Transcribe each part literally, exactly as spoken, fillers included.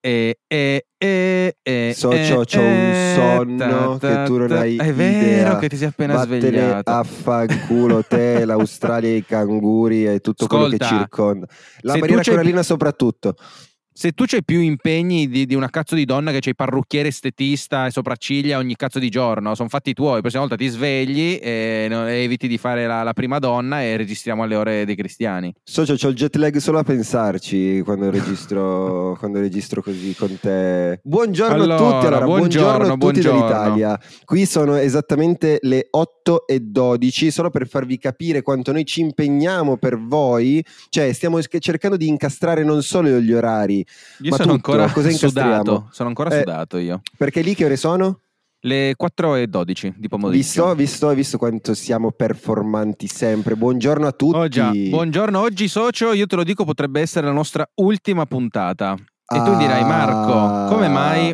E, e, e, e, Socio, c'ho un sonno che tu non hai idea. È vero che ti sei appena Vattene svegliato. a fanculo te, l'Australia, i canguri e tutto Ascolta, quello che circonda. La se barriera tu c'hai corallina più- soprattutto. Se tu c'hai più impegni di, di una cazzo di donna che c'hai parrucchiere, estetista e sopracciglia ogni cazzo di giorno, sono fatti tuoi. La prossima volta ti svegli e non- e eviti di fare la, la prima donna e registriamo alle ore dei cristiani. Socio, c'ho il jet lag solo a pensarci quando registro, quando registro così con te. Buongiorno Allora, a tutti, allora, buongiorno, buongiorno, a tutti buongiorno. dall'Italia. Qui sono esattamente le otto e dodici, solo per farvi capire quanto noi ci impegniamo per voi. Cioè, stiamo cercando di incastrare non solo gli orari, Io ma sono tutto. ancora Cosa incastriamo? sudato. Sono ancora Eh, sudato io. Perché lì che ore sono? Le quattro e dodici di pomeriggio. Visto, visto, visto quanto siamo performanti sempre. Buongiorno a tutti. Oh già, buongiorno, oggi socio, io te lo dico, potrebbe essere la nostra ultima puntata. E tu dirai, Marco, come mai?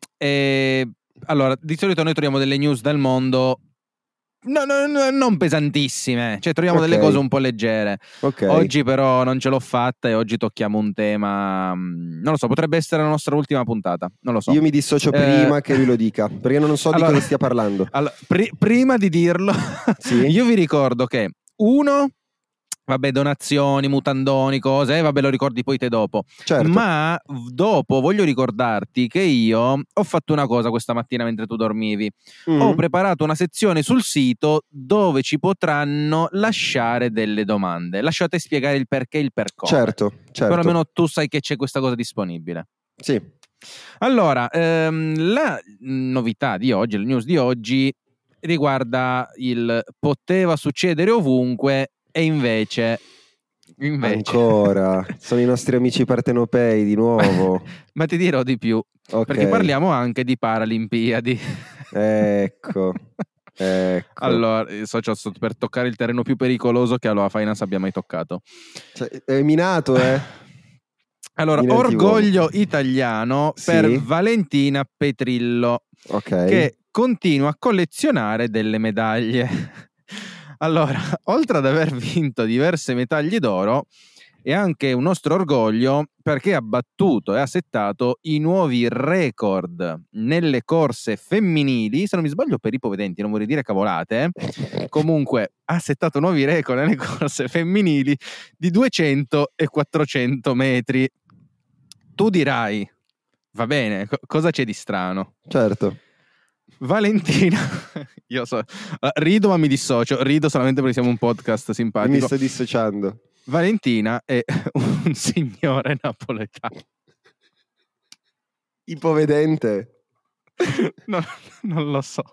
E... Allora, di solito noi troviamo delle news dal mondo no, no, no, non pesantissime, cioè troviamo Ok. delle cose un po' leggere. Ok. Oggi però non ce l'ho fatta e oggi tocchiamo un tema, mm, non lo so, potrebbe essere la nostra ultima puntata, non lo so. Io mi dissocio Eh, prima che lui lo dica, perché non so allora- di cosa stia parlando. Allora, pri- prima di dirlo, Sì? io vi ricordo che uno, vabbè, donazioni, mutandoni, cose, eh, vabbè, lo ricordi poi te dopo. Certo. Ma v- dopo voglio ricordarti che io ho fatto una cosa questa mattina mentre tu dormivi. Mm. Ho preparato una sezione sul sito dove ci potranno lasciare delle domande. Lasciate spiegare il perché e il per come. Certo, certo. Però almeno tu sai che c'è questa cosa disponibile. Sì. Allora, ehm, la novità di oggi, la news di oggi riguarda il poteva succedere ovunque e invece... invece Ancora. Sono i nostri amici partenopei di nuovo. Ma ti dirò di più, Ok. perché parliamo anche di Paralimpiadi. Ecco. Ecco. Allora, socio, sto per toccare il terreno più pericoloso che Aloha Finance abbia mai toccato. Cioè, è minato, eh? Allora, Minati orgoglio uomo. italiano Sì. per Valentina Petrillo, Ok. che continua a collezionare delle medaglie. Allora, oltre ad aver vinto diverse medaglie d'oro, è anche un nostro orgoglio perché ha battuto e ha settato i nuovi record nelle corse femminili, se non mi sbaglio per ipovedenti, non vorrei dire cavolate, eh. Comunque ha settato nuovi record nelle corse femminili di duecento e quattrocento metri. Tu dirai, va bene, co- cosa c'è di strano? Certo. Valentina, io so, rido ma mi dissocio, rido solamente perché siamo un podcast Mi simpatico. sto dissociando. Valentina è un signore napoletano. Ipovedente. No, non lo so.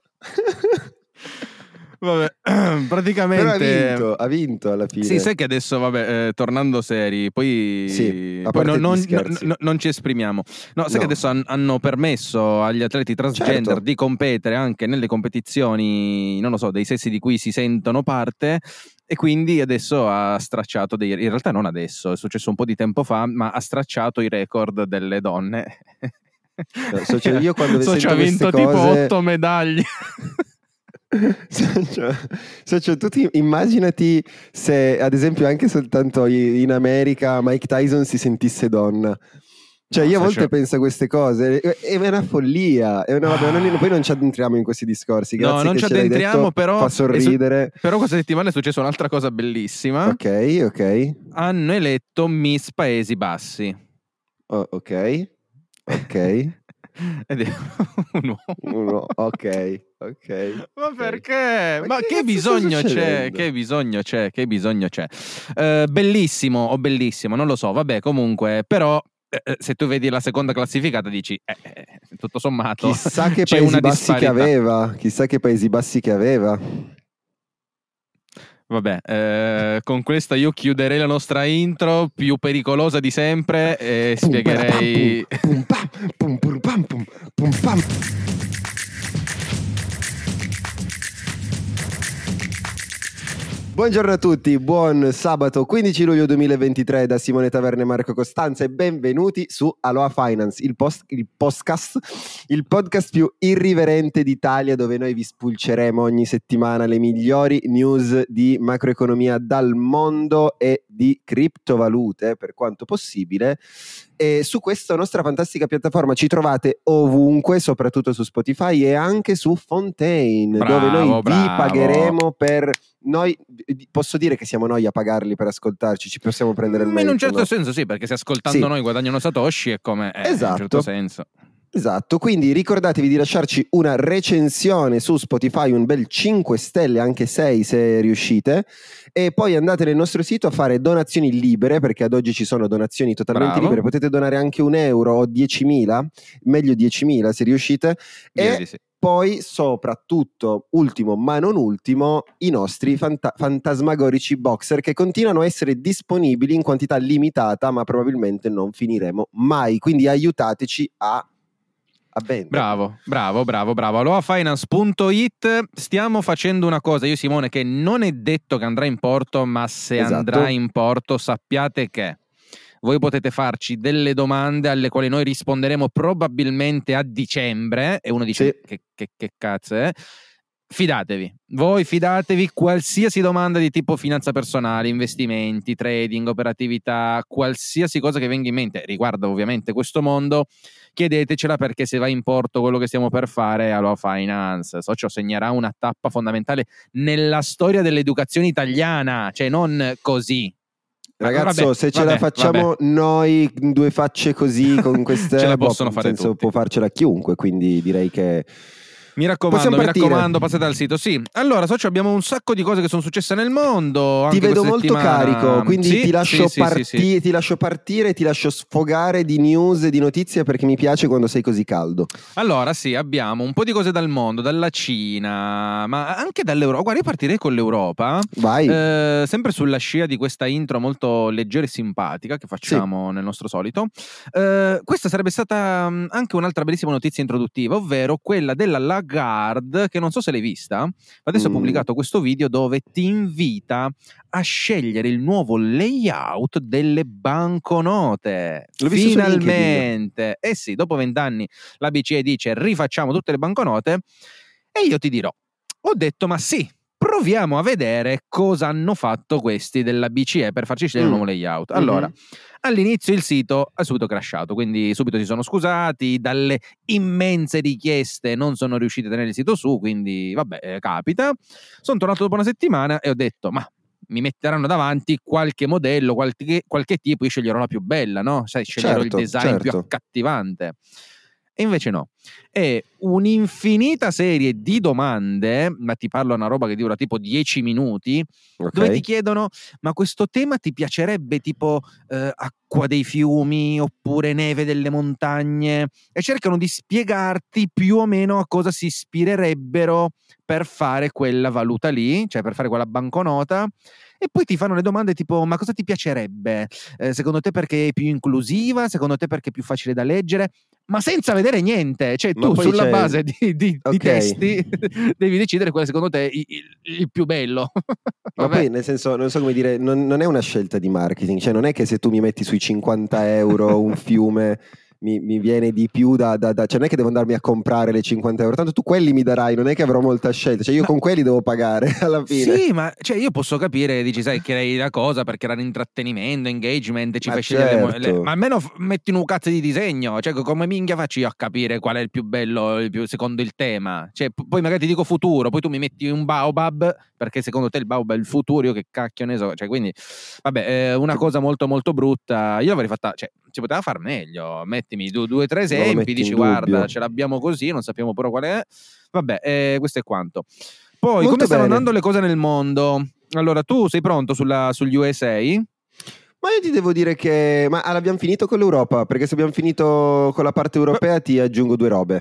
Vabbè, praticamente... Però ha vinto, ha vinto alla fine. Sì, sai che adesso, vabbè, eh, tornando seri, poi, Sì, a poi parte non, gli non, scherzi. non- non ci esprimiamo. No, sai No. che adesso han- hanno permesso agli atleti transgender Certo. di competere anche nelle competizioni, non lo so, dei sessi di cui si sentono parte, e quindi adesso ha stracciato dei... In realtà non adesso, è successo un po' di tempo fa, ma ha stracciato i record delle donne. Socio, io quando Socio, sento ha vinto queste tipo cose- otto medaglie. Socio, socio, tu ti immaginati se ad esempio anche soltanto i- in America Mike Tyson si sentisse donna. Cioè No, io a socio- volte penso a queste cose, è è una follia, è una, vabbè, non- poi non ci addentriamo in questi discorsi. Grazie No, non che ci ce l'hai addentriamo, detto, però fa è su- sorridere. Però questa settimana è successa un'altra cosa bellissima. Ok, ok, Hanno eletto Miss Paesi Bassi. oh, ok, ok, Ed è un uomo. uno, ok, ok. Ma ok. perché? Ma Ma che che, cazzo bisogno sta c'è? succedendo? Che bisogno c'è? Che bisogno c'è? Eh, bellissimo o bellissimo, non lo so. Vabbè, comunque, però eh, se tu vedi la seconda classificata dici eh, eh, tutto sommato Chissà che c'è Paesi una Bassi che disparità. aveva, chissà che Paesi Bassi che aveva. Vabbè, eh, con questa io chiuderei la nostra intro più pericolosa di sempre e Pum, spiegherei... pum, pam, pum, pum, pam, pum, pum, pam. Buongiorno a tutti, buon sabato quindici luglio duemilaventitré da Simone Taverna e Marco Costanza e benvenuti su Aloha Finance, il, post, il podcast, il podcast più irriverente d'Italia, dove noi vi spulceremo ogni settimana le migliori news di macroeconomia dal mondo e di criptovalute per quanto possibile. E su questa nostra fantastica piattaforma ci trovate ovunque, soprattutto su Spotify e anche su Fontaine, bravo, dove noi bravo. vi pagheremo per noi. Posso dire che siamo noi a pagarli per ascoltarci, ci possiamo prendere il merito. In un certo no? senso sì, perché se ascoltando sì. noi guadagnano Satoshi è come eh, esatto. in un certo senso. Esatto, quindi ricordatevi di lasciarci una recensione su Spotify, un bel cinque stelle, anche sei se riuscite, e poi andate nel nostro sito a fare donazioni libere, perché ad oggi ci sono donazioni totalmente Bravo. libere, potete donare anche un euro o diecimila, meglio diecimila se riuscite, Direi e di sì. poi soprattutto, ultimo ma non ultimo, i nostri fanta- fantasmagorici boxer che continuano a essere disponibili in quantità limitata, ma probabilmente non finiremo mai, quindi aiutateci a Bravo, bravo, bravo, bravo. aloha finance punto it. Stiamo facendo una cosa, io Simone, che non è detto che andrà in porto, ma se esatto. andrà in porto sappiate che voi potete farci delle domande alle quali noi risponderemo probabilmente a dicembre, e uno dice sì. che, che, che cazzo è? Fidatevi, voi fidatevi, qualsiasi domanda di tipo finanza personale, investimenti, trading, operatività, qualsiasi cosa che venga in mente riguarda ovviamente questo mondo, chiedetecela, perché se va in porto quello che stiamo per fare, Aloha Finance, Socio, segnerà una tappa fondamentale nella storia dell'educazione italiana, cioè non così. Ragazzo, vabbè, se ce vabbè, la facciamo vabbè. noi due facce così con queste ce la possono boh, fare nel senso, tutti. può farcela chiunque, quindi direi che Mi raccomando, mi raccomando, passate al sito. Sì, allora, socio, abbiamo un sacco di cose che sono successe nel mondo. Ti anche vedo molto settimana. carico, quindi sì, ti, lascio sì, parti- sì, sì. ti lascio partire, ti lascio sfogare di news e di notizie, perché mi piace quando sei così caldo. Allora, sì, abbiamo un po' di cose dal mondo, dalla Cina, ma anche dall'Europa. Guarda, io partirei con l'Europa. Vai. Eh, sempre sulla scia di questa intro molto leggera e simpatica che facciamo sì. nel nostro solito. Eh, questa sarebbe stata anche un'altra bellissima notizia introduttiva, ovvero quella della Lagarde, che non so se l'hai vista. Adesso mm. ha pubblicato questo video dove ti invita a scegliere il nuovo layout delle banconote. L'ho visto finalmente. Eh sì, dopo vent'anni la B C E dice rifacciamo tutte le banconote, e io ti dirò, ho detto ma sì, proviamo a vedere cosa hanno fatto questi della B C E per farci scegliere mm. un nuovo layout. Allora, mm-hmm. all'inizio il sito è subito crashato, quindi subito si sono scusati, dalle immense richieste non sono riusciti a tenere il sito su, quindi vabbè, eh, capita. Sono tornato dopo una settimana e ho detto ma mi metteranno davanti qualche modello, qualche, qualche tipo, io sceglierò la più bella, no? Sai, sceglierò certo, il design certo. più accattivante. E invece no, è un'infinita serie di domande, ma ti parlo una roba che dura tipo dieci minuti, okay. dove ti chiedono ma questo tema ti piacerebbe tipo eh, acqua dei fiumi oppure neve delle montagne, e cercano di spiegarti più o meno a cosa si ispirerebbero per fare quella valuta lì, cioè per fare quella banconota. E poi ti fanno le domande tipo ma cosa ti piacerebbe? Eh, secondo te perché è più inclusiva? Secondo te perché è più facile da leggere? Ma senza vedere niente, cioè ma tu sulla c'è... base di, di, okay. di testi devi decidere quale secondo te è il, il, il più bello. Ma poi nel senso, non so come dire, non, non è una scelta di marketing, cioè non è che se tu mi metti sui cinquanta euro un fiume Mi, mi viene di più da, da, da cioè non è che devo andarmi a comprare le cinquanta euro, tanto tu quelli mi darai, non è che avrò molta scelta, cioè io ma, con quelli devo pagare alla fine. Sì, ma cioè io posso capire, dici sai, crei la cosa perché era un intrattenimento, engagement, ci ma fai certo. scegliere le, le, ma almeno f- metti un cazzo di disegno, cioè come minchia faccio io a capire qual è il più bello, il più, secondo il tema, cioè p- poi magari ti dico futuro, poi tu mi metti un baobab perché secondo te il baobab è il futuro, io che cacchio ne so, cioè quindi vabbè, è una cosa molto molto brutta. Io l'avrei fatta, cioè si poteva far meglio, mettimi due, due tre esempi, dici guarda ce l'abbiamo così, non sappiamo però qual è, vabbè, eh, questo è quanto. Poi molto come stanno bene. andando le cose nel mondo? Allora tu sei pronto sulla, sugli U S A? Ma io ti devo dire che ma l'abbiamo finito con l'Europa, perché se abbiamo finito con la parte europea ti aggiungo due robe.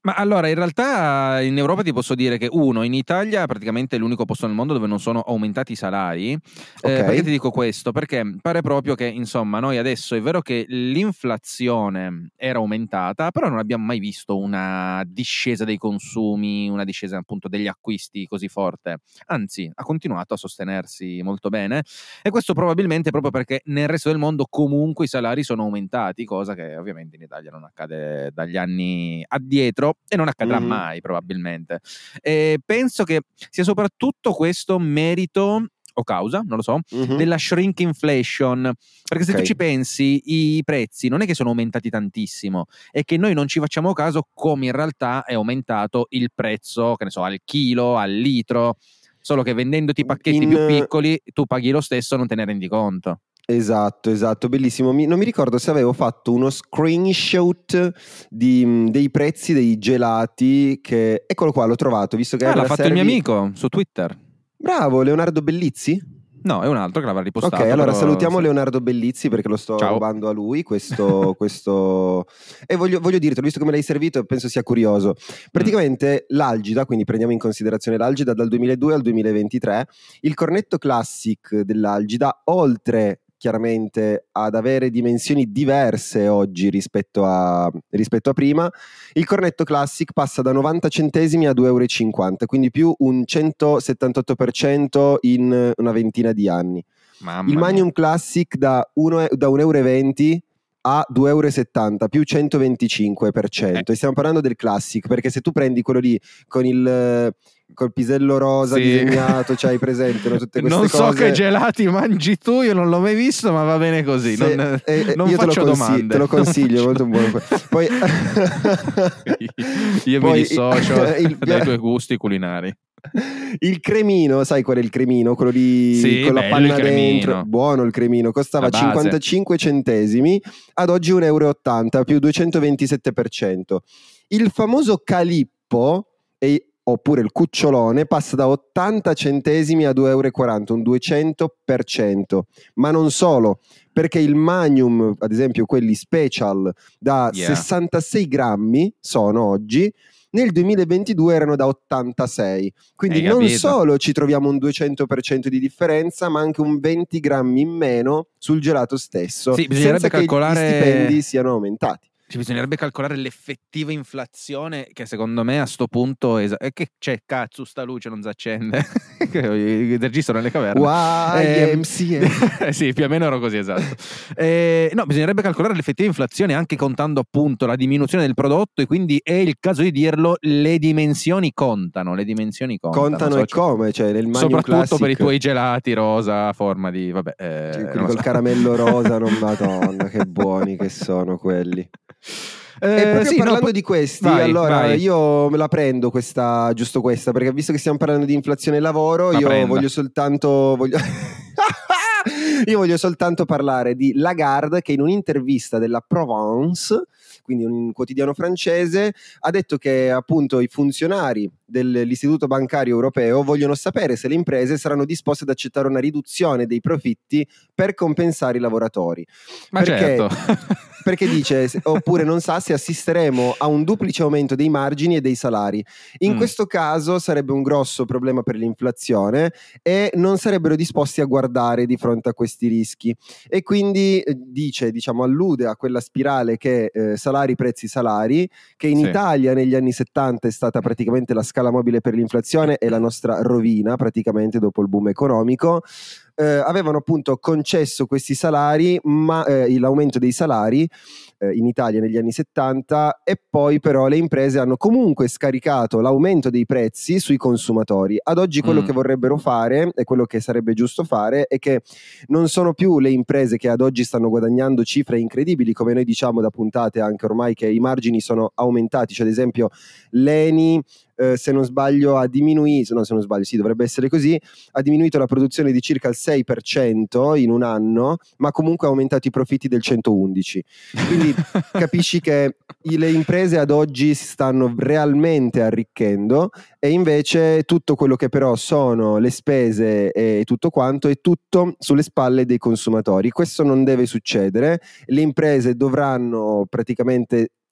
Ma allora, in realtà in Europa ti posso dire che uno, in Italia praticamente è l'unico posto nel mondo dove non sono aumentati i salari. Okay. Eh, perché ti dico questo? Perché pare proprio che, insomma, noi adesso è vero che l'inflazione era aumentata, però non abbiamo mai visto una discesa dei consumi, una discesa appunto degli acquisti così forte. Anzi, ha continuato a sostenersi molto bene, e questo probabilmente proprio perché nel resto del mondo comunque i salari sono aumentati, cosa che ovviamente in Italia non accade dagli anni addietro e non accadrà Mm-hmm. mai probabilmente. E penso che sia soprattutto questo merito o causa, non lo so, Mm-hmm. della shrink inflation, perché se Okay. tu ci pensi i prezzi non è che sono aumentati tantissimo, è che noi non ci facciamo caso come in realtà è aumentato il prezzo, che ne so, al chilo, al litro, solo che vendendoti pacchetti In... più piccoli tu paghi lo stesso, non te ne rendi conto. Esatto, esatto, bellissimo. Mi, non mi ricordo se avevo fatto uno screenshot di, dei prezzi dei gelati che... Eccolo qua, l'ho trovato, visto che Ah, me l'ha la fatto servi... il mio amico su Twitter. Bravo, Leonardo Bellizzi? No, è un altro che l'avrà ripostato. Ok, allora però... salutiamo Leonardo Bellizzi perché lo sto Ciao. rubando a lui questo, questo... e voglio, voglio dirtelo, visto che me l'hai servito penso sia curioso. Praticamente mm. l'Algida, quindi prendiamo in considerazione l'Algida dal duemiladue al duemilaventitré, il cornetto classic dell'Algida, oltre chiaramente ad avere dimensioni diverse oggi rispetto a, rispetto a prima, il cornetto classic passa da novanta centesimi a due euro e cinquanta, quindi più un centosettantotto per cento in una ventina di anni. Mamma il Magnum mia. Classic da, uno, da un euro e venti a due euro e settanta, più centoventicinque per cento. Eh. E stiamo parlando del Classic, perché se tu prendi quello lì con il... col pisello rosa sì. disegnato, c'hai presente, no? Tutte queste non cose. so che gelati mangi tu, io non l'ho mai visto, ma va bene così. Se, non eh, non io faccio te lo consiglio, domande. te lo consiglio, molto buono. Poi io Poi, mi dissocio il, dai tuoi gusti culinari. Il cremino, sai qual è il cremino? Quello lì sì, con la panna dentro. Buono il cremino, costava cinquantacinque centesimi, ad oggi un euro e ottanta, più duecentoventisette per cento. Il famoso calippo, e, oppure il cucciolone, passa da ottanta centesimi a due euro e quaranta, un duecento per cento. Ma non solo, perché il Magnum, ad esempio quelli special da yeah. sessantasei grammi sono oggi, nel duemilaventidue erano da ottantasei, quindi Hai non capito? solo ci troviamo un duecento per cento di differenza, ma anche un venti grammi in meno sul gelato stesso, sì, senza calcolare... che gli stipendi siano aumentati. Ci bisognerebbe calcolare l'effettiva inflazione, che secondo me a sto punto è es- che c'è cazzo sta luce non si accende il registro nelle caverne. Y M C A. Eh, sì, più o meno ero così, esatto. Eh, no, bisognerebbe calcolare l'effettiva inflazione anche contando appunto la diminuzione del prodotto, e quindi è il caso di dirlo, le dimensioni contano, le dimensioni contano. Contano so, e come, cioè nel Magnum soprattutto Classic, per i tuoi gelati rosa a forma di vabbè, eh, cioè, quelli col so. caramello rosa, non madonna, che buoni che sono quelli. Eh, e proprio sì, parlando no, di questi, vai, allora vai. io me la prendo questa, giusto questa, perché visto che stiamo parlando di inflazione e lavoro, la io prenda. voglio soltanto voglio... io voglio soltanto parlare di Lagarde, che in un'intervista della Provence, quindi un quotidiano francese, ha detto che appunto i funzionari dell'Istituto Bancario Europeo vogliono sapere se le imprese saranno disposte ad accettare una riduzione dei profitti per compensare i lavoratori. Ma perché, certo. perché dice, oppure non sa se assisteremo a un duplice aumento dei margini e dei salari. In mm. questo caso sarebbe un grosso problema per l'inflazione e non sarebbero disposti a guardare di fronte a questi rischi. E quindi dice, diciamo, allude a quella spirale che eh, salari, prezzi, salari, che in sì. Italia negli anni settanta è stata praticamente la scala mobile per l'inflazione e la nostra rovina praticamente dopo il boom economico. Eh, avevano appunto concesso questi salari, ma eh, l'aumento dei salari eh, in Italia negli anni settanta, e poi però le imprese hanno comunque scaricato l'aumento dei prezzi sui consumatori. Ad oggi quello mm. che vorrebbero fare, e quello che sarebbe giusto fare, è che non sono più le imprese che ad oggi stanno guadagnando cifre incredibili, come noi diciamo da puntate anche ormai, che i margini sono aumentati, cioè ad esempio l'Eni Eh, se non sbaglio ha diminuito, no se non sbaglio sì dovrebbe essere così, ha diminuito la produzione di circa il sei per cento in un anno, ma comunque ha aumentato i profitti del centoundici, quindi capisci che le imprese ad oggi si stanno realmente arricchendo, e invece tutto quello che però sono le spese e tutto quanto è tutto sulle spalle dei consumatori. Questo non deve succedere, le imprese dovranno praticamente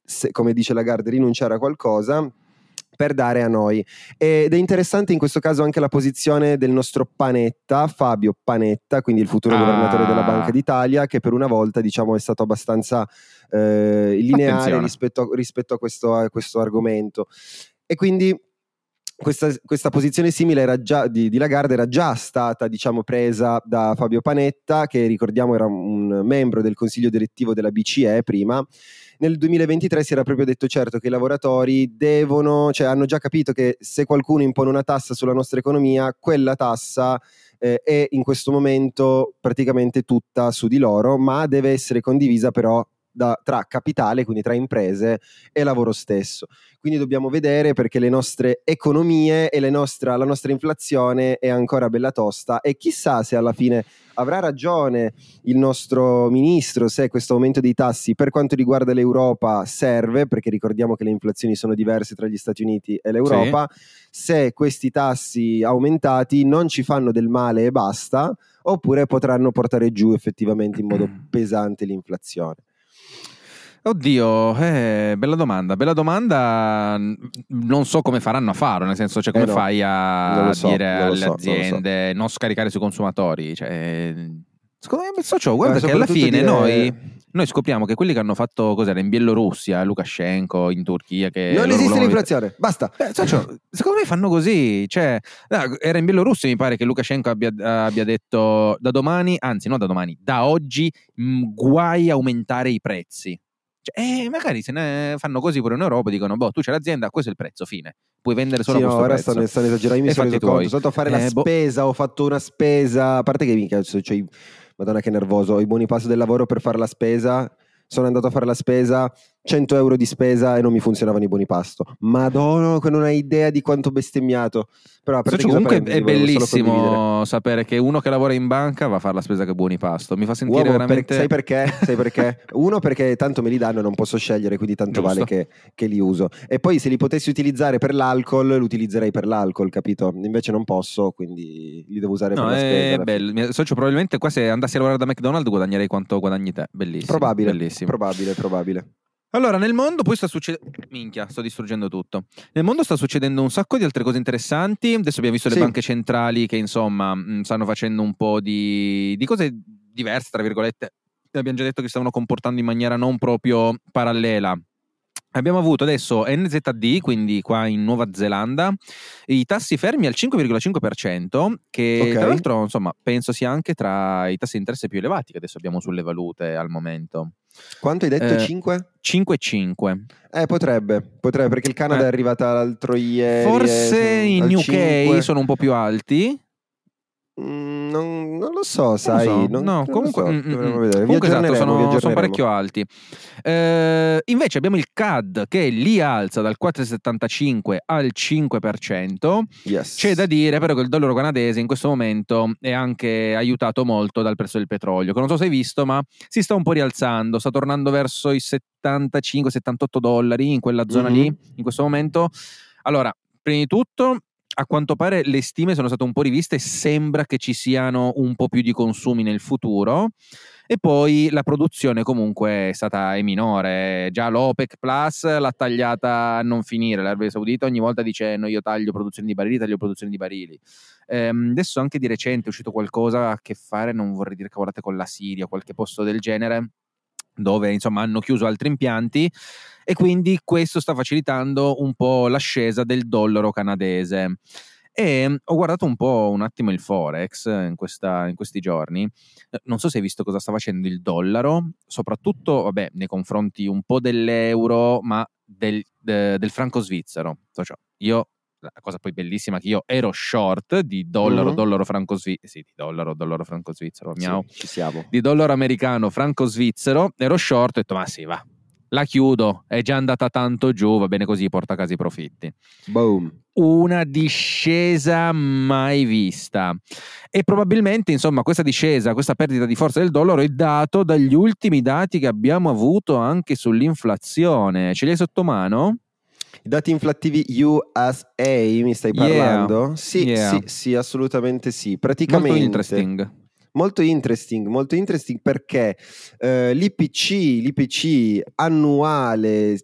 se, come dice Lagarde, rinunciare a qualcosa per dare a noi. Ed è interessante in questo caso anche la posizione del nostro Panetta, Fabio Panetta, quindi il futuro Ah. governatore della Banca d'Italia, che per una volta, diciamo, è stato abbastanza eh, lineare Attenzione. rispetto, a, rispetto a, questo, a questo argomento. E quindi questa, questa posizione simile era già, di, di Lagarde era già stata, diciamo, presa da Fabio Panetta, che ricordiamo era un membro del consiglio direttivo della B C E prima. Nel duemilaventitré si era proprio detto certo che i lavoratori devono, cioè hanno già capito che se qualcuno impone una tassa sulla nostra economia, quella tassa eh, è in questo momento praticamente tutta su di loro, ma deve essere condivisa però da, tra capitale, quindi tra imprese e lavoro stesso. Quindi dobbiamo vedere, perché le nostre economie e le nostra, la nostra inflazione è ancora bella tosta, e chissà se alla fine avrà ragione il nostro ministro, se questo aumento dei tassi per quanto riguarda l'Europa serve, perché ricordiamo che le inflazioni sono diverse tra gli Stati Uniti e l'Europa, sì. Se questi tassi aumentati non ci fanno del male e basta, oppure potranno portare giù effettivamente in modo pesante l'inflazione. Oddio, eh, bella domanda, bella domanda. Non so come faranno a farlo, nel senso, cioè, come eh no, fai a so, dire alle so, aziende non, so. non scaricare sui consumatori? Cioè, secondo me, socio, guarda eh, che alla fine dire... noi, noi scopriamo che quelli che hanno fatto cos'era in Bielorussia, Lukashenko, in Turchia, che non esiste l'inflazione, mettere... basta. Beh, socio, secondo me fanno così. Cioè, era in Bielorussia, mi pare che Lukashenko abbia, abbia detto da domani, anzi, non da domani, da oggi, mh, guai aumentare i prezzi. Cioè, eh, magari se ne fanno così pure in Europa, dicono boh, tu c'è l'azienda, questo è il prezzo, fine, puoi vendere solo sì, a no, questo ora prezzo. stanno, stanno esagerando, io mi e sono reso conto, tuoi. sono andato a fare eh, la boh. spesa, ho fatto una spesa, a parte che minchia, cioè, madonna che nervoso, ho i buoni passo del lavoro per fare la spesa, sono andato a fare la spesa, cento euro di spesa e non mi funzionavano i buoni pasto. Madonna, che non hai idea di quanto bestemmiato. Però a parte Cioè, comunque è bellissimo sapere che uno che lavora in banca va a fare la spesa che buoni pasto. Mi fa sentire Uomo, veramente... per, sai perché? Sai perché? Uno, perché tanto me li danno e non posso scegliere, quindi tanto Giusto. vale che, che li uso. E poi se li potessi utilizzare per l'alcol, li utilizzerei per l'alcol, capito? Invece non posso, quindi li devo usare no, per la spesa. È bello. Mio socio, probabilmente qua se andassi a lavorare da McDonald's guadagnerei quanto guadagni te. Bellissimo. Probabile, bellissimo. probabile, probabile. Allora, nel mondo poi sta succedendo... Minchia, sto distruggendo tutto. Nel mondo sta succedendo un sacco di altre cose interessanti. Adesso abbiamo visto Sì. le banche centrali che, insomma, mh, stanno facendo un po' di, di cose diverse, tra virgolette. Abbiamo già detto che stavano comportando in maniera non proprio parallela. Abbiamo avuto adesso N Z D, quindi qua in Nuova Zelanda, i tassi fermi al cinque virgola cinque per cento, che okay. Tra l'altro, insomma, penso sia anche tra i tassi di interesse più elevati che adesso abbiamo sulle valute al momento. Quanto hai detto? Eh, cinque? cinque virgola cinque. Eh, potrebbe, potrebbe, perché il Canada eh. è arrivata l'altro ieri. Forse eh, in U K cinque. sono un po' più alti. Mm, non, non lo so, sai, non lo so. non, no, non comunque, lo so. mm, Dovremmo mm, vedere. comunque esatto, sono, vi sono parecchio alti. Eh, invece abbiamo il C A D che li alza dal quattro virgola settantacinque al cinque per cento. Yes. C'è da dire però che il dollaro canadese in questo momento è anche aiutato molto dal prezzo del petrolio, che non so se hai visto, ma si sta un po' rialzando, sta tornando verso i settantacinque settantotto dollari in quella zona mm-hmm. lì in questo momento. Allora, prima di tutto, a quanto pare le stime sono state un po' riviste e sembra che ci siano un po' più di consumi nel futuro, e poi la produzione comunque è stata è minore. Già l'OPEC Plus l'ha tagliata a non finire, l'Arabia Saudita ogni volta dice no, io taglio produzione di barili, taglio produzione di barili. Ehm, adesso anche di recente è uscito qualcosa a che fare, non vorrei dire cavolate, con la Siria, qualche posto del genere, dove insomma hanno chiuso altri impianti, e quindi questo sta facilitando un po' l'ascesa del dollaro canadese. E ho guardato un po' un attimo il Forex in, questa, in questi giorni. Non so se hai visto cosa sta facendo il dollaro, soprattutto vabbè, nei confronti un po' dell'euro, ma del, de, del franco svizzero. Cioè, io, la cosa poi bellissima, che io ero short di dollaro, mm-hmm. dollaro franco svizzero, sì, di dollaro, dollaro franco svizzero, miau. Sì, ci siamo. Di dollaro americano, franco svizzero, ero short, ho detto ma sì, va, la chiudo, è già andata tanto giù, va bene così, porta a casa i profitti. Boom. Una discesa mai vista, e probabilmente insomma questa discesa, questa perdita di forza del dollaro è dato dagli ultimi dati che abbiamo avuto anche sull'inflazione. Ce li hai sotto mano? I dati inflattivi U S A mi stai parlando? Yeah. Sì, yeah. sì, sì, assolutamente sì. Praticamente molto interesting. Molto interesting, molto interesting perché eh, l'I P C, l'I P C annuale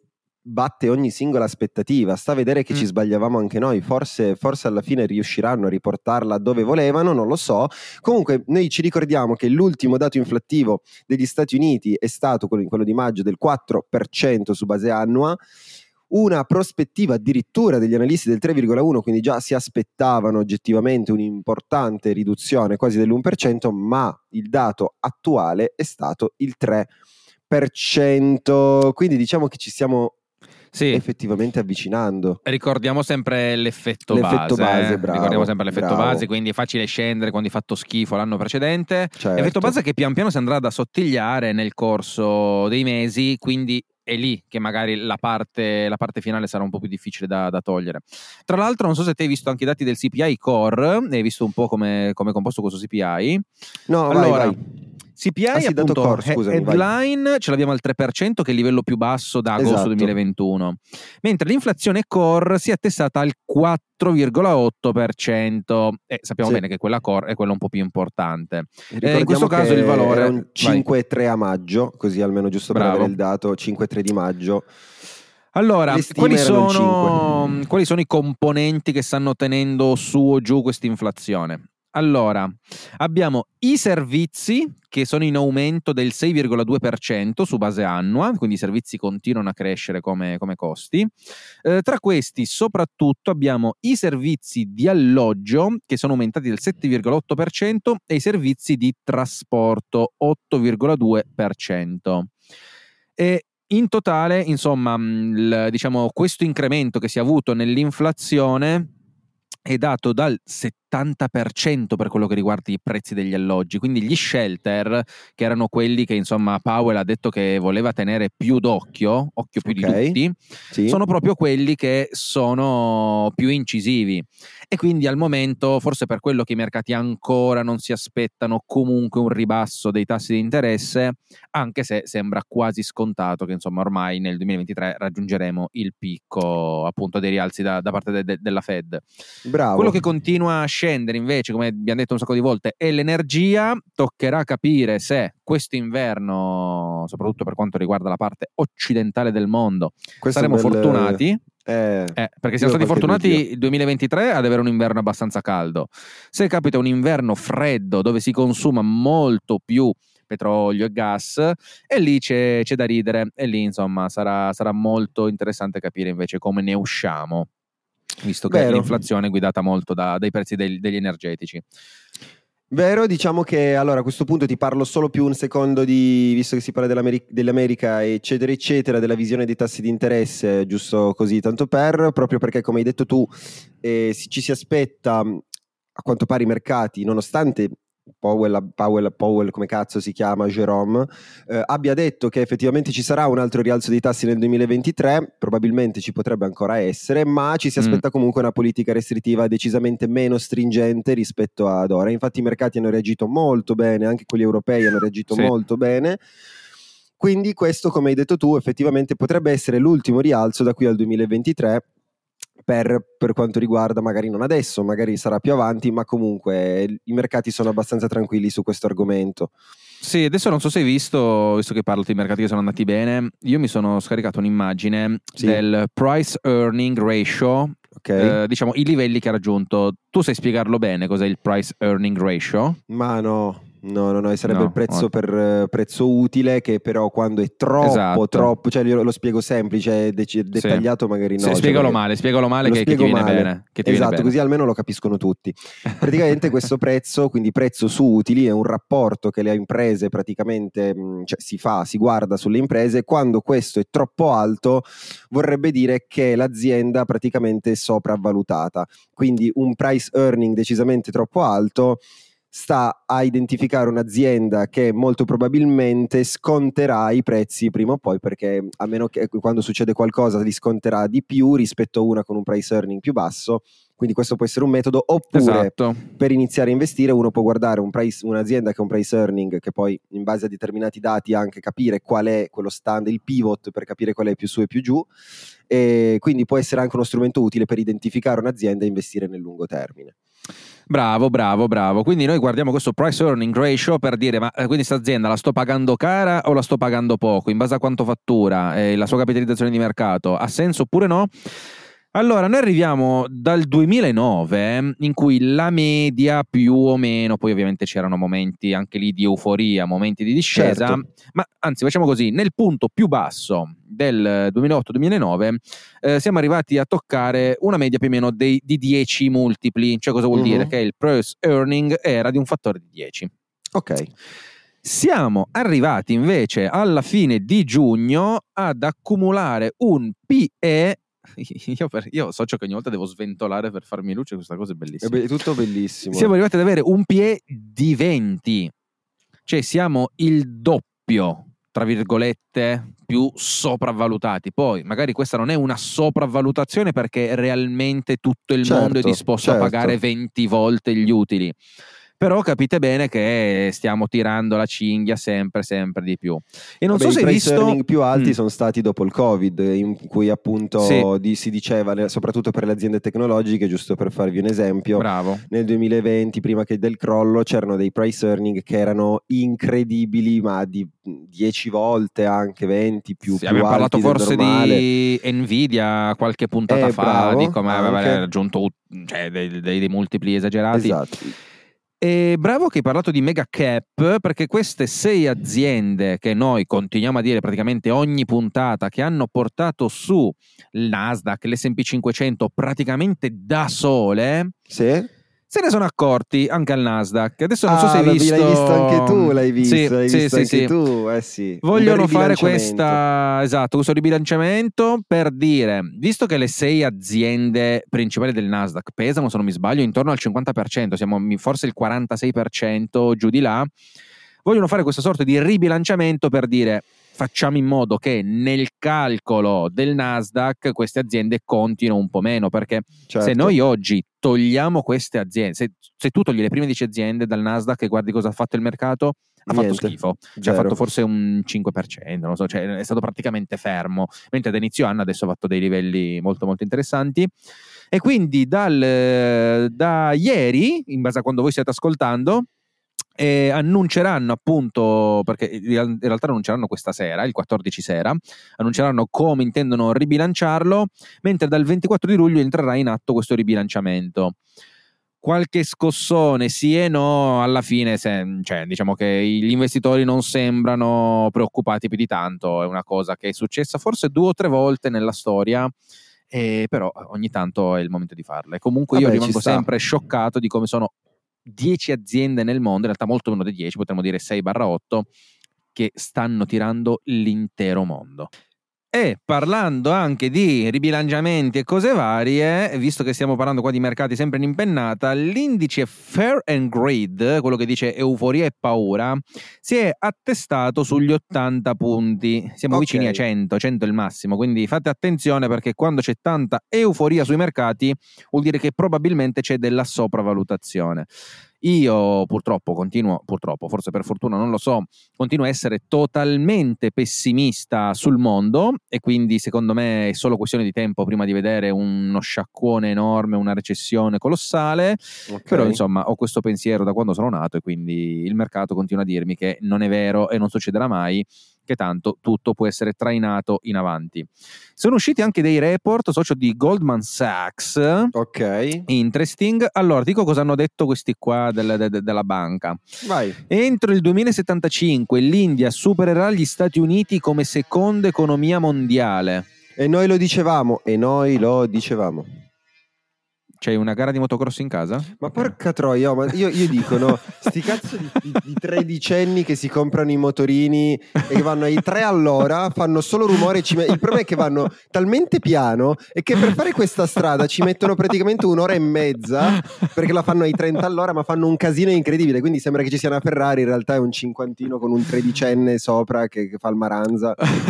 batte ogni singola aspettativa, sta a vedere che Mm. ci sbagliavamo anche noi, forse, forse alla fine riusciranno a riportarla dove volevano, non lo so. Comunque noi ci ricordiamo che l'ultimo dato inflattivo degli Stati Uniti è stato quello, quello di maggio del quattro per cento su base annua, una prospettiva addirittura degli analisti del tre virgola uno, quindi già si aspettavano oggettivamente un'importante riduzione quasi dell'uno per cento, ma il dato attuale è stato il tre per cento, quindi diciamo che ci stiamo Sì. effettivamente avvicinando. Ricordiamo sempre l'effetto, L'effetto base, base, eh. bravo, Ricordiamo sempre l'effetto bravo. base, quindi è facile scendere quando hai fatto schifo l'anno precedente. Certo. Effetto base che pian piano si andrà ad assottigliare nel corso dei mesi, quindi è lì che magari la parte, la parte finale sarà un po' più difficile da, da togliere. Tra l'altro non so se te hai visto anche i dati del C P I Core, hai visto un po' come è composto questo C P I. No, allora, vai, vai. C P I Ah, sì, dato appunto, core, scusami, headline ce l'abbiamo al tre per cento, che è il livello più basso da agosto Esatto. duemilaventuno, mentre l'inflazione core si è attestata al quattro virgola otto per cento e sappiamo Sì. bene che quella core è quella un po' più importante. Ricordiamo Eh, in questo caso che il valore era un vai. cinque virgola tre a maggio, così almeno giusto Bravo. per avere il dato, cinque virgola tre di maggio. Allora, Le stime quali erano sono, quali sono i componenti che stanno tenendo su o giù questa inflazione? Allora, abbiamo i servizi che sono in aumento del sei virgola due per cento su base annua, quindi i servizi continuano a crescere come, come costi. Eh, tra questi soprattutto abbiamo i servizi di alloggio che sono aumentati del sette virgola otto per cento e i servizi di trasporto otto virgola due per cento. E in totale, insomma, il, diciamo, questo incremento che si è avuto nell'inflazione è dato dal settanta per cento per quello che riguarda i prezzi degli alloggi, quindi gli shelter, che erano quelli che insomma Powell ha detto che voleva tenere più d'occhio, occhio più Okay. di tutti, Sì. sono proprio quelli che sono più incisivi. E quindi al momento, forse per quello che i mercati ancora non si aspettano comunque un ribasso dei tassi di interesse, anche se sembra quasi scontato che insomma ormai nel duemilaventitré raggiungeremo il picco appunto dei rialzi da, da parte de, de, della Fed. Bravo. Quello che continua a scendere invece, come abbiamo detto un sacco di volte, è l'energia. Toccherà capire se questo inverno, soprattutto per quanto riguarda la parte occidentale del mondo, Questo è saremo un bel- fortunati. Eh, Eh, perché io siamo ho stati qualche fortunati dubbio. il duemilaventitré ad avere un inverno abbastanza caldo. Se capita un inverno freddo dove si consuma molto più petrolio e gas, e lì c'è, c'è da ridere, e lì insomma sarà, sarà molto interessante capire invece come ne usciamo, visto che Vero. l'inflazione è guidata molto da- dai prezzi del- degli energetici. Vero, diciamo che allora a questo punto ti parlo solo più un secondo di, visto che si parla dell'Ameri- dell'America eccetera eccetera, della visione dei tassi di interesse, giusto così tanto per, proprio perché come hai detto tu eh, si- ci si aspetta a quanto pare i mercati, nonostante Powell, Powell, Powell come cazzo si chiama, Jerome, eh, abbia detto che effettivamente ci sarà un altro rialzo dei tassi nel duemilaventitré, probabilmente ci potrebbe ancora essere, ma ci si aspetta mm. comunque una politica restrittiva decisamente meno stringente rispetto ad ora. Infatti i mercati hanno reagito molto bene, anche quelli europei hanno reagito sì. molto bene, quindi questo, come hai detto tu, effettivamente potrebbe essere l'ultimo rialzo da qui al duemilaventitré. Per, per quanto riguarda, magari non adesso, magari sarà più avanti, ma comunque i mercati sono abbastanza tranquilli su questo argomento. Sì, adesso non so se hai visto, visto che parlo di mercati che sono andati bene, io mi sono scaricato un'immagine sì. del price earning ratio, okay. eh, diciamo i livelli che ha raggiunto. Tu sai spiegarlo bene cos'è il price earning ratio? Ma no. No, no, no, sarebbe no, il prezzo no. per uh, prezzo utile, che però quando è troppo, esatto. troppo, cioè io lo spiego semplice, dec- dettagliato sì. magari no. Sì, cioè spiegalo male, spiegalo male che, che ti viene male. bene. Che ti esatto, viene bene. Così almeno lo capiscono tutti. Praticamente questo prezzo, quindi prezzo su utili, è un rapporto che le imprese praticamente, cioè si fa, si guarda sulle imprese, quando questo è troppo alto vorrebbe dire che l'azienda praticamente è sopravvalutata. Quindi un price earning decisamente troppo alto sta a identificare un'azienda che molto probabilmente sconterà i prezzi prima o poi, perché a meno che quando succede qualcosa li sconterà di più rispetto a una con un price earning più basso. Quindi questo può essere un metodo, oppure esatto. per iniziare a investire uno può guardare un price, un'azienda che ha un price earning, che poi in base a determinati dati anche capire qual è quello stand, il pivot per capire qual è più su e più giù, e quindi può essere anche uno strumento utile per identificare un'azienda e investire nel lungo termine. Bravo, bravo, bravo. Quindi noi guardiamo questo price earning ratio per dire, ma eh, quindi questa azienda la sto pagando cara o la sto pagando poco? In base a quanto fattura e la sua capitalizzazione di mercato, ha senso oppure no? Allora, noi arriviamo dal duemilanove in cui la media più o meno, poi ovviamente c'erano momenti anche lì di euforia, momenti di discesa, Certo. ma anzi facciamo così, nel punto più basso del duemilaotto duemilanove eh, siamo arrivati a toccare una media più o meno dei, di dieci multipli, cioè cosa vuol Mhm. dire? Che il price earning era di un fattore di dieci. Ok. Siamo arrivati invece alla fine di giugno ad accumulare un P E. Io, per, io socio che ogni volta devo sventolare per farmi luce, questa cosa è bellissima. È be- tutto bellissimo. Siamo arrivati ad avere un P E di venti, cioè siamo il doppio, tra virgolette, più sopravvalutati. Poi magari questa non è una sopravvalutazione perché realmente tutto il Certo, mondo è disposto certo. a pagare venti volte gli utili. Però capite bene che stiamo tirando la cinghia sempre, sempre di più. E non Vabbè, so se i hai price visto... earning più alti Mm. sono stati dopo il Covid, in cui appunto Sì. di- si diceva, soprattutto per le aziende tecnologiche, giusto per farvi un esempio, Bravo. nel duemilaventi, prima che del crollo, c'erano dei price earning che erano incredibili, ma di dieci volte, anche venti, più, Sì, più abbiamo alti parlato del forse normale. di Nvidia qualche puntata Eh, fa, bravo, di come aveva anche. raggiunto cioè, dei, dei, dei multipli esagerati. Esatto. E bravo che hai parlato di mega cap, perché queste sei aziende che noi continuiamo a dire praticamente ogni puntata, che hanno portato su il Nasdaq, l'S and P cinquecento praticamente da sole, Sì? se ne sono accorti anche al Nasdaq. Adesso non so Ah, se hai lo- visto... l'hai visto anche tu, l'hai visto, Sì, l'hai sì, visto sì, anche sì. tu, eh sì. Un Vogliono bel fare ribilanciamento. questa, esatto, questo ribilanciamento per dire, visto che le sei aziende principali del Nasdaq pesano, se non mi sbaglio, intorno al cinquanta per cento, siamo forse il quarantasei per cento giù di là, vogliono fare questa sorta di ribilanciamento per dire facciamo in modo che nel calcolo del Nasdaq queste aziende contino un po' meno, perché Certo. se noi oggi togliamo queste aziende, se, se tu togli le prime dieci aziende dal Nasdaq e guardi cosa ha fatto il mercato, ha Niente, fatto schifo, cioè zero. ha fatto forse un cinque per cento, non so, cioè è stato praticamente fermo, mentre ad inizio anno adesso ha fatto dei livelli molto molto interessanti. E quindi dal, da ieri, in base a quando voi stiate ascoltando, eh, annunceranno appunto, perché in realtà annunceranno questa sera, il quattordici sera, annunceranno come intendono ribilanciarlo, mentre dal ventiquattro di luglio entrerà in atto questo ribilanciamento. Qualche scossone sì e no, alla fine se, cioè, diciamo che gli investitori non sembrano preoccupati più di tanto, è una cosa che è successa forse due o tre volte nella storia, eh, però ogni tanto è il momento di farla. E comunque Vabbè, io ci rimango sta. sempre scioccato di come sono dieci aziende nel mondo, in realtà molto meno di dieci, potremmo dire sei otto, che stanno tirando l'intero mondo. E parlando anche di ribilanciamenti e cose varie, visto che stiamo parlando qua di mercati sempre in impennata, l'indice Fear and Greed, quello che dice euforia e paura, si è attestato sugli ottanta punti. Siamo Ok. vicini a cento, cento è il massimo, quindi fate attenzione perché quando c'è tanta euforia sui mercati vuol dire che probabilmente c'è della sopravvalutazione. Io purtroppo continuo, purtroppo, forse per fortuna non lo so, continuo a essere totalmente pessimista sul mondo e quindi secondo me è solo questione di tempo prima di vedere uno sciacquone enorme, una recessione colossale, Ok. però insomma ho questo pensiero da quando sono nato e quindi il mercato continua a dirmi che non è vero e non succederà mai, che tanto tutto può essere trainato in avanti. Sono usciti anche dei report, socio di Goldman Sachs, Ok. interesting. Allora, dico cosa hanno detto questi qua del, de, de, della banca. Vai. Entro il duemilasettantacinque l'India supererà gli Stati Uniti come seconda economia mondiale. E noi lo dicevamo, e noi lo dicevamo. C'hai una gara di motocross in casa? Ma Ok. porca troia, oh, ma io, io dico, no, sti cazzo di, di, di tredicenni che si comprano i motorini e che vanno ai tre all'ora, fanno solo rumore. Ci me- il problema è che vanno talmente piano e che per fare questa strada ci mettono praticamente un'ora e mezza, perché la fanno ai trenta all'ora, ma fanno un casino incredibile. Quindi sembra che ci sia una Ferrari, in realtà è un cinquantino con un tredicenne sopra che, che fa il maranza.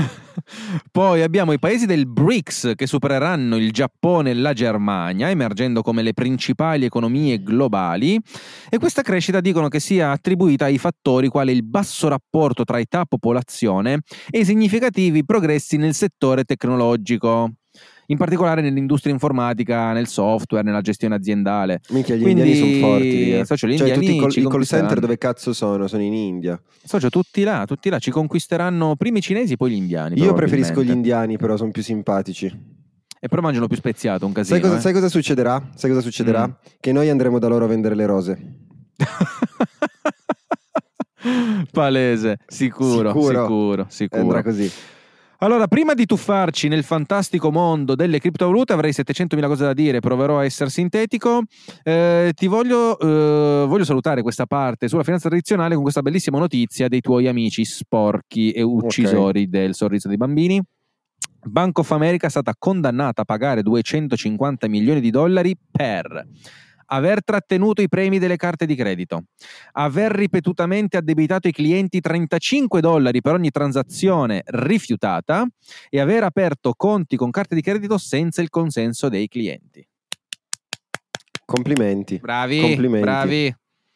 Poi abbiamo i paesi del BRICS che supereranno il Giappone e la Germania, emergendo come le principali economie globali, e questa crescita dicono che sia attribuita ai fattori quali il basso rapporto tra età e popolazione e i significativi progressi nel settore tecnologico. in particolare nell'industria informatica, nel software, nella gestione aziendale. Minchia, gli Quindi, indiani sono forti. Eh. Socio, gli cioè, indiani tutti i call, ci i call center conquisteranno. dove cazzo sono? Sono in India. Socio, tutti là, tutti là, ci conquisteranno prima i cinesi, poi gli indiani. Io preferisco gli probabilmente. indiani, però sono più simpatici. E però mangiano più speziato, un casino. Sai cosa, eh? sai cosa succederà? Sai cosa succederà? Mm. Che noi andremo da loro a vendere le rose. Palese, sicuro, Sicuro. sicuro, sicuro. Andrà così. Allora, prima di tuffarci nel fantastico mondo delle criptovalute, avrei settecentomila cose da dire, proverò a essere sintetico. Eh, ti voglio, eh, voglio salutare questa parte sulla finanza tradizionale con questa bellissima notizia dei tuoi amici sporchi e uccisori okay. del sorriso dei bambini. Bank of America è stata condannata a pagare duecentocinquanta milioni di dollari per aver trattenuto i premi delle carte di credito, aver ripetutamente addebitato ai clienti trentacinque dollari per ogni transazione rifiutata e aver aperto conti con carte di credito senza il consenso dei clienti. Complimenti. Bravi, Complimenti. bravi.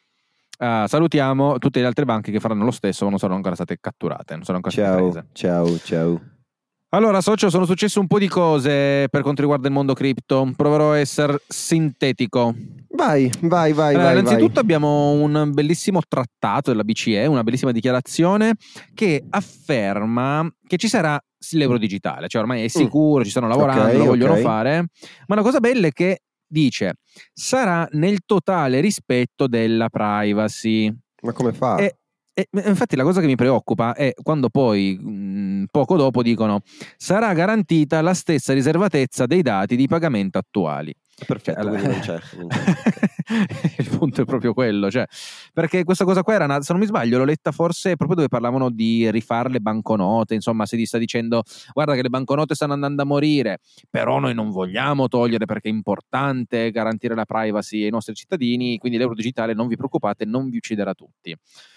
Uh, salutiamo tutte le altre banche che faranno lo stesso, ma non sono ancora state catturate, non sono ancora ciao, state prese. Ciao, ciao. Allora, socio, sono successe un po' di cose per quanto riguarda il mondo cripto. Proverò a essere sintetico. Vai, vai, vai. Allora, vai innanzitutto vai. abbiamo un bellissimo trattato della B C E, una bellissima dichiarazione che afferma che ci sarà l'euro digitale, cioè ormai è sicuro, mm. ci stanno lavorando, okay, lo vogliono okay. fare, ma la cosa bella è che dice sarà nel totale rispetto della privacy. Ma come fa? E E infatti la cosa che mi preoccupa è quando poi mh, poco dopo dicono sarà garantita la stessa riservatezza dei dati di pagamento attuali. Perfetto, allora, non c'è, non c'è. Il punto è proprio quello, cioè, perché questa cosa qua era una, se non mi sbaglio l'ho letta forse proprio dove parlavano di rifare le banconote, insomma si sta dicendo guarda che le banconote stanno andando a morire, però noi non vogliamo togliere perché è importante garantire la privacy ai nostri cittadini, quindi l'euro digitale non vi preoccupate, non vi ucciderà tutti.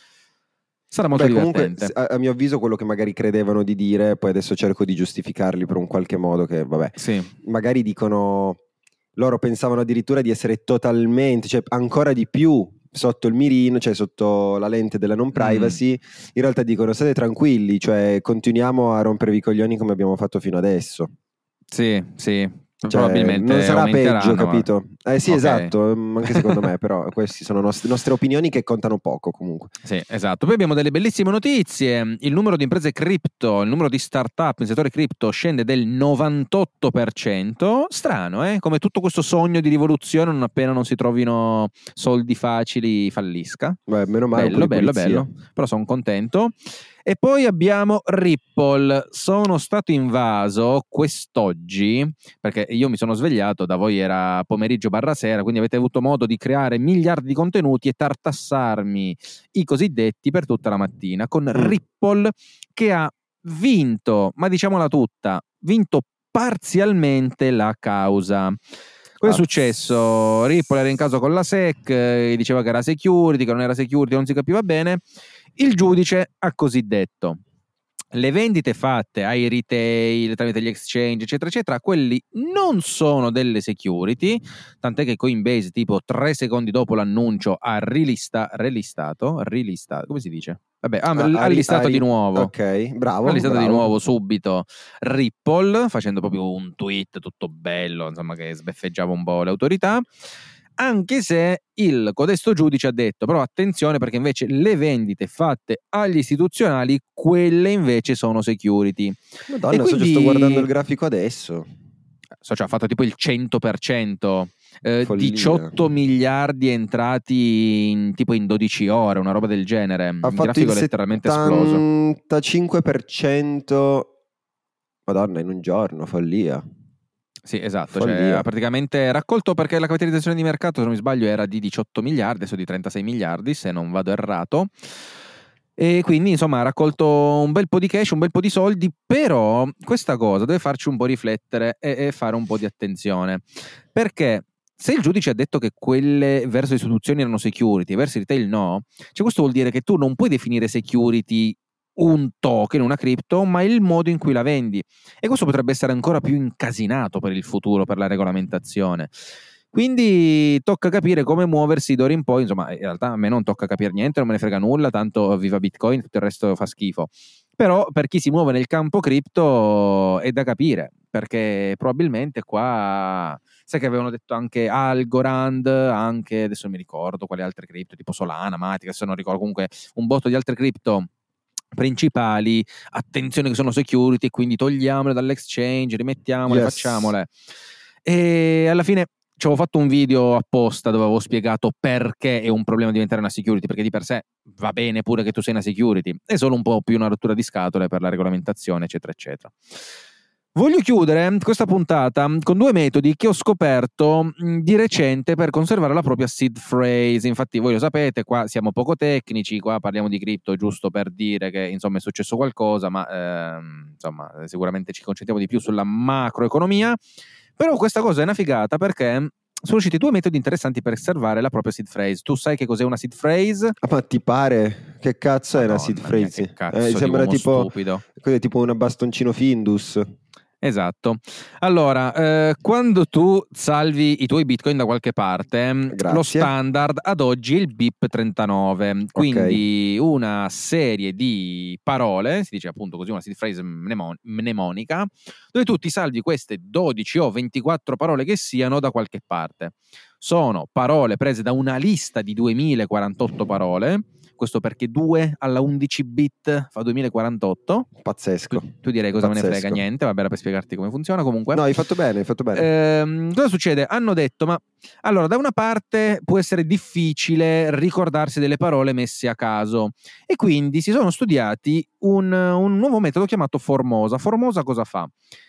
Sarà molto Beh, divertente. Comunque, a, a mio avviso, quello che magari credevano di dire, poi adesso cerco di giustificarli per un qualche modo, che vabbè, sì. magari dicono, loro pensavano addirittura di essere totalmente, cioè ancora di più sotto il mirino, cioè sotto la lente della non privacy, mm. in realtà dicono state tranquilli, cioè continuiamo a rompervi i coglioni come abbiamo fatto fino adesso. Sì, sì. Cioè, probabilmente non sarà peggio, capito? Eh sì, okay. esatto, anche secondo me, però queste sono nostre, nostre opinioni che contano poco comunque. Sì, esatto. Poi abbiamo delle bellissime notizie. Il numero di imprese cripto, il numero di start-up nel settore cripto scende del novantotto per cento. Strano, eh? Come tutto questo sogno di rivoluzione non appena non si trovino soldi facili fallisca. Beh, meno male. Bello, bello, bello. Però sono contento. E poi abbiamo Ripple. Sono stato invaso quest'oggi, perché io mi sono svegliato, da voi era pomeriggio barra sera, quindi avete avuto modo di creare miliardi di contenuti e tartassarmi i cosiddetti per tutta la mattina, con Ripple che ha vinto, ma diciamola tutta, vinto parzialmente la causa. Cosa è successo? Ripple era in causa con la S E C, diceva che era security, che non era security, non si capiva bene. Il giudice ha così detto: le vendite fatte ai retail tramite gli exchange eccetera eccetera, quelli non sono delle security, tant'è che Coinbase tipo tre secondi dopo l'annuncio ha rilista, relistato, rilistato, come si dice? Vabbè, ha, ah, ha listato di nuovo. Ok, bravo. Ha listato bravo. di nuovo subito Ripple, facendo proprio un tweet tutto bello, insomma, che sbeffeggiava un po' le autorità. Anche se il codesto giudice ha detto però attenzione perché invece le vendite fatte agli istituzionali, quelle invece sono security. Madonna, e quindi... so, sto guardando il grafico adesso. So, cioè, ha fatto tipo il cento per cento, eh, diciotto miliardi entrati in, tipo in dodici ore, una roba del genere. Ha il fatto grafico il è letteralmente esploso. settantacinque per cento, Madonna, in un giorno, follia. Sì, esatto, cioè, ha praticamente raccolto, perché la capitalizzazione di mercato, se non mi sbaglio, era di diciotto miliardi, adesso di trentasei miliardi, se non vado errato. E quindi, insomma, ha raccolto un bel po' di cash, un bel po' di soldi, però questa cosa deve farci un po' riflettere e, e fare un po' di attenzione. Perché se il giudice ha detto che quelle verso le istituzioni erano security, verso il retail no, cioè questo vuol dire che tu non puoi definire security un token, una cripto, ma il modo in cui la vendi, e questo potrebbe essere ancora più incasinato per il futuro, per la regolamentazione. Quindi tocca capire come muoversi d'ora in poi. Insomma, in realtà a me non tocca capire niente, non me ne frega nulla, tanto viva Bitcoin, tutto il resto fa schifo. Però per chi si muove nel campo cripto è da capire, perché probabilmente qua, sai che avevano detto anche Algorand, anche adesso non mi ricordo quali altre cripto, tipo Solana, Matic, adesso non ricordo, comunque un botto di altre cripto principali, attenzione che sono security, quindi togliamole dall'exchange, rimettiamole, Yes. facciamole. E alla fine ci avevo fatto un video apposta dove avevo spiegato perché è un problema diventare una security, perché di per sé va bene pure che tu sei una security, è solo un po' più una rottura di scatole per la regolamentazione, eccetera, eccetera. Voglio chiudere questa puntata con due metodi che ho scoperto di recente per conservare la propria seed phrase. Infatti voi lo sapete, qua siamo poco tecnici, qua parliamo di cripto giusto per dire che insomma è successo qualcosa, ma ehm, insomma sicuramente ci concentriamo di più sulla macroeconomia. Però questa cosa è una figata perché sono usciti due metodi interessanti per osservare la propria seed phrase. Tu sai che cos'è una seed phrase? Ah, ma ti pare? Che cazzo Madonna è una seed mia, phrase? che cazzo Eh, di sembra uomo tipo, stupido. cos'è, tipo una bastoncino Findus. Esatto. Allora, eh, quando tu salvi i tuoi bitcoin da qualche parte, Grazie. lo standard ad oggi è il B I P trentanove, quindi okay. Una serie di parole, si dice appunto così, una seed phrase mnemon- mnemonica, dove tu ti salvi queste dodici o ventiquattro parole che siano da qualche parte. Sono parole prese da una lista di duemilaquarantotto parole. Questo perché due alla undici bit fa duemilaquarantotto. Pazzesco. Tu, tu direi cosa Pazzesco. me ne frega niente, vabbè, era per spiegarti come funziona comunque. No, hai fatto bene, hai fatto bene. Ehm, cosa succede? Hanno detto, ma allora da una parte può essere difficile ricordarsi delle parole messe a caso e quindi si sono studiati un, un nuovo metodo chiamato Formosa. Formosa cosa fa?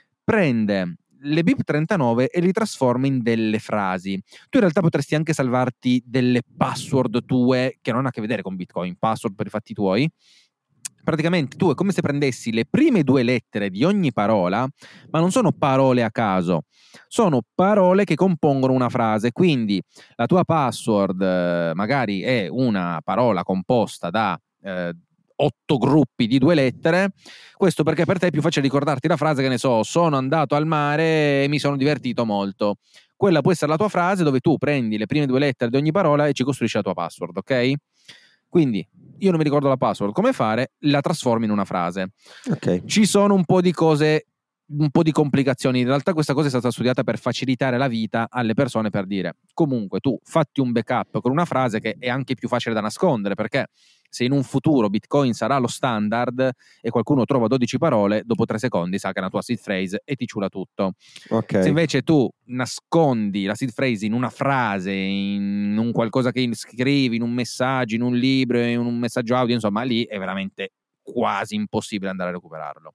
Prende le B I P trentanove e li trasforma in delle frasi. Tu in realtà potresti anche salvarti delle password tue che non hanno a che vedere con Bitcoin, password per i fatti tuoi. Praticamente tu è come se prendessi le prime due lettere di ogni parola, ma non sono parole a caso, sono parole che compongono una frase. Quindi la tua password eh, magari è una parola composta da eh, otto gruppi di due lettere. Questo perché per te è più facile ricordarti la frase, che ne so, sono andato al mare e mi sono divertito molto. Quella può essere la tua frase dove tu prendi le prime due lettere di ogni parola e ci costruisci la tua password, ok? Quindi io non mi ricordo la password, come fare? La trasformi in una frase. Okay. Ci sono un po' di cose, un po' di complicazioni. In realtà questa cosa è stata studiata per facilitare la vita alle persone, per dire comunque tu fatti un backup con una frase che è anche più facile da nascondere, perché se in un futuro Bitcoin sarà lo standard e qualcuno trova dodici parole, dopo tre secondi sa che è una tua seed phrase e ti ciula tutto. Okay. Se invece tu nascondi la seed phrase in una frase, in un qualcosa che scrivi, in un messaggio, in un libro, in un messaggio audio, insomma, lì è veramente quasi impossibile andare a recuperarlo.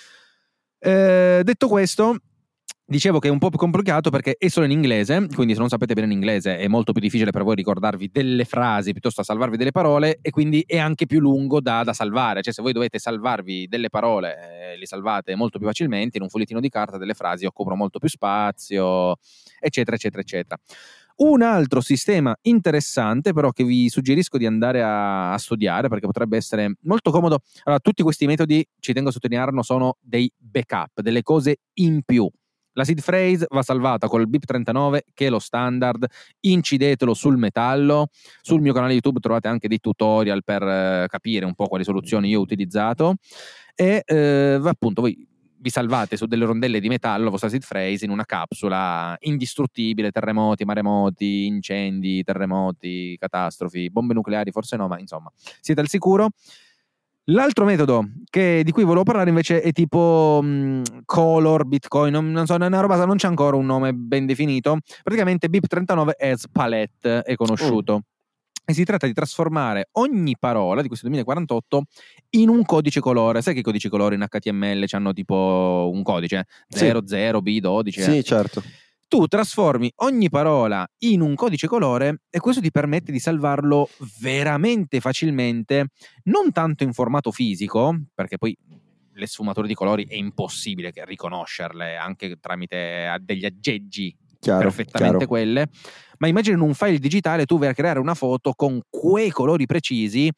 Eh, detto questo, dicevo che è un po' più complicato perché è solo in inglese, quindi se non sapete bene l'inglese è molto più difficile per voi ricordarvi delle frasi piuttosto a salvarvi delle parole, e quindi è anche più lungo da, da salvare. Cioè se voi dovete salvarvi delle parole, eh, li salvate molto più facilmente. In un fogliettino di carta delle frasi occupano molto più spazio, eccetera eccetera eccetera. Un altro sistema interessante però che vi suggerisco di andare a, a studiare, perché potrebbe essere molto comodo. Allora, tutti questi metodi, ci tengo a sottolinearlo, sono dei backup, delle cose in più. La seed phrase va salvata col B I P trentanove, che è lo standard. Incidetelo sul metallo. Sul mio canale YouTube trovate anche dei tutorial per eh, capire un po' quali soluzioni io ho utilizzato. E eh, appunto voi vi salvate su delle rondelle di metallo la vostra seed phrase in una capsula indistruttibile. Terremoti, maremoti, incendi, terremoti, catastrofi, bombe nucleari forse no, ma insomma siete al sicuro. L'altro metodo che, di cui volevo parlare invece è tipo mh, Color Bitcoin, non, non so, è una roba, non c'è ancora un nome ben definito. Praticamente B I P trentanove as Palette è conosciuto. Mm. E si tratta di trasformare ogni parola di questo duemilaquarantotto in un codice colore. Sai che i codici colori in H T M L hanno tipo un codice zero zero B dodici? Sì, eh. certo. Tu trasformi ogni parola in un codice colore e questo ti permette di salvarlo veramente facilmente, non tanto in formato fisico, perché poi le sfumature di colori è impossibile che riconoscerle anche tramite degli aggeggi chiaro, perfettamente chiaro. Quelle, ma immagina in un file digitale tu vai a creare una foto con quei colori precisi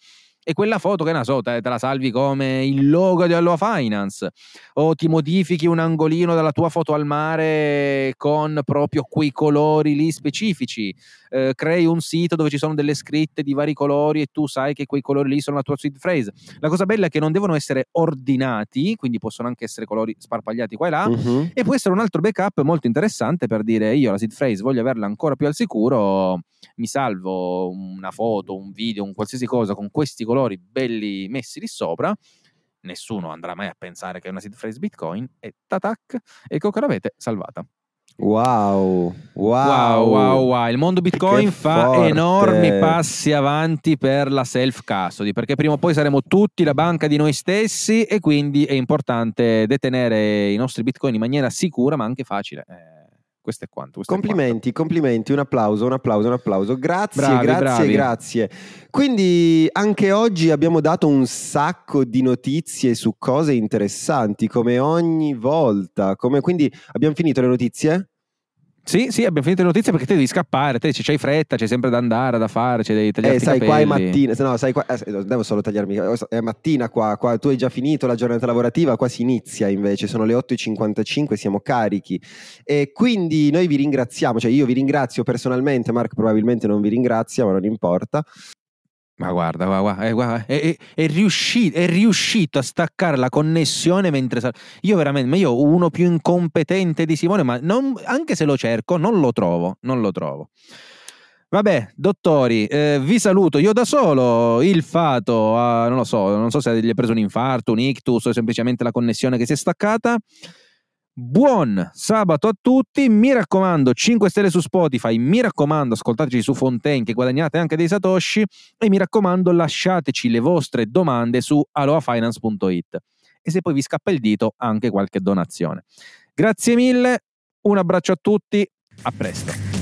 e quella foto, che ne so, te, te la salvi come il logo di Aloha Finance, o ti modifichi un angolino dalla tua foto al mare con proprio quei colori lì specifici, eh, crei un sito dove ci sono delle scritte di vari colori e tu sai che quei colori lì sono la tua seed phrase. La cosa bella è che non devono essere ordinati, quindi possono anche essere colori sparpagliati qua e là, uh-huh. e può essere un altro backup molto interessante per dire: io la seed phrase voglio averla ancora più al sicuro, mi salvo una foto, un video, un qualsiasi cosa con questi colori belli messi lì sopra, nessuno andrà mai a pensare che è una seed phrase Bitcoin, e tatac, ecco che l'avete salvata. Wow, wow, wow, wow, wow. Il mondo Bitcoin fa forte. enormi passi avanti per la self custody, perché prima o poi saremo tutti la banca di noi stessi, e quindi è importante detenere i nostri Bitcoin in maniera sicura ma anche facile. Eh, questo è quanto. Questo complimenti, è quanto. complimenti, un applauso, un applauso, un applauso. Grazie, bravi, grazie, bravi. grazie. Quindi anche oggi abbiamo dato un sacco di notizie su cose interessanti, come ogni volta. Come... Quindi abbiamo finito le notizie? Sì, sì, abbiamo finito le notizie perché te devi scappare, te c'hai fretta, c'è sempre da andare, da fare, c'è devi tagliarti eh, sai, i capelli. qua è mattina, no, sai, qua, eh, devo solo tagliarmi, è mattina qua, qua, tu hai già finito la giornata lavorativa, qua si inizia invece, sono le otto e cinquantacinque, siamo carichi, e quindi noi vi ringraziamo, cioè io vi ringrazio personalmente, Mark probabilmente non vi ringrazia, ma non importa. Ma guarda, guarda, è, guarda è, è, è, riuscito, è riuscito a staccare la connessione mentre sal... io veramente, ma io uno più incompetente di Simone, ma non, anche se lo cerco non lo trovo, non lo trovo. Vabbè, dottori, eh, vi saluto. Io da solo, il fato, uh, non lo so, non so se gli è preso un infarto, un ictus o semplicemente la connessione che si è staccata. Buon sabato a tutti, mi raccomando cinque stelle su Spotify, mi raccomando ascoltateci su Fontaine che guadagnate anche dei satoshi, e mi raccomando lasciateci le vostre domande su aloha finance punto it, e se poi vi scappa il dito anche qualche donazione. Grazie mille, un abbraccio a tutti, a presto.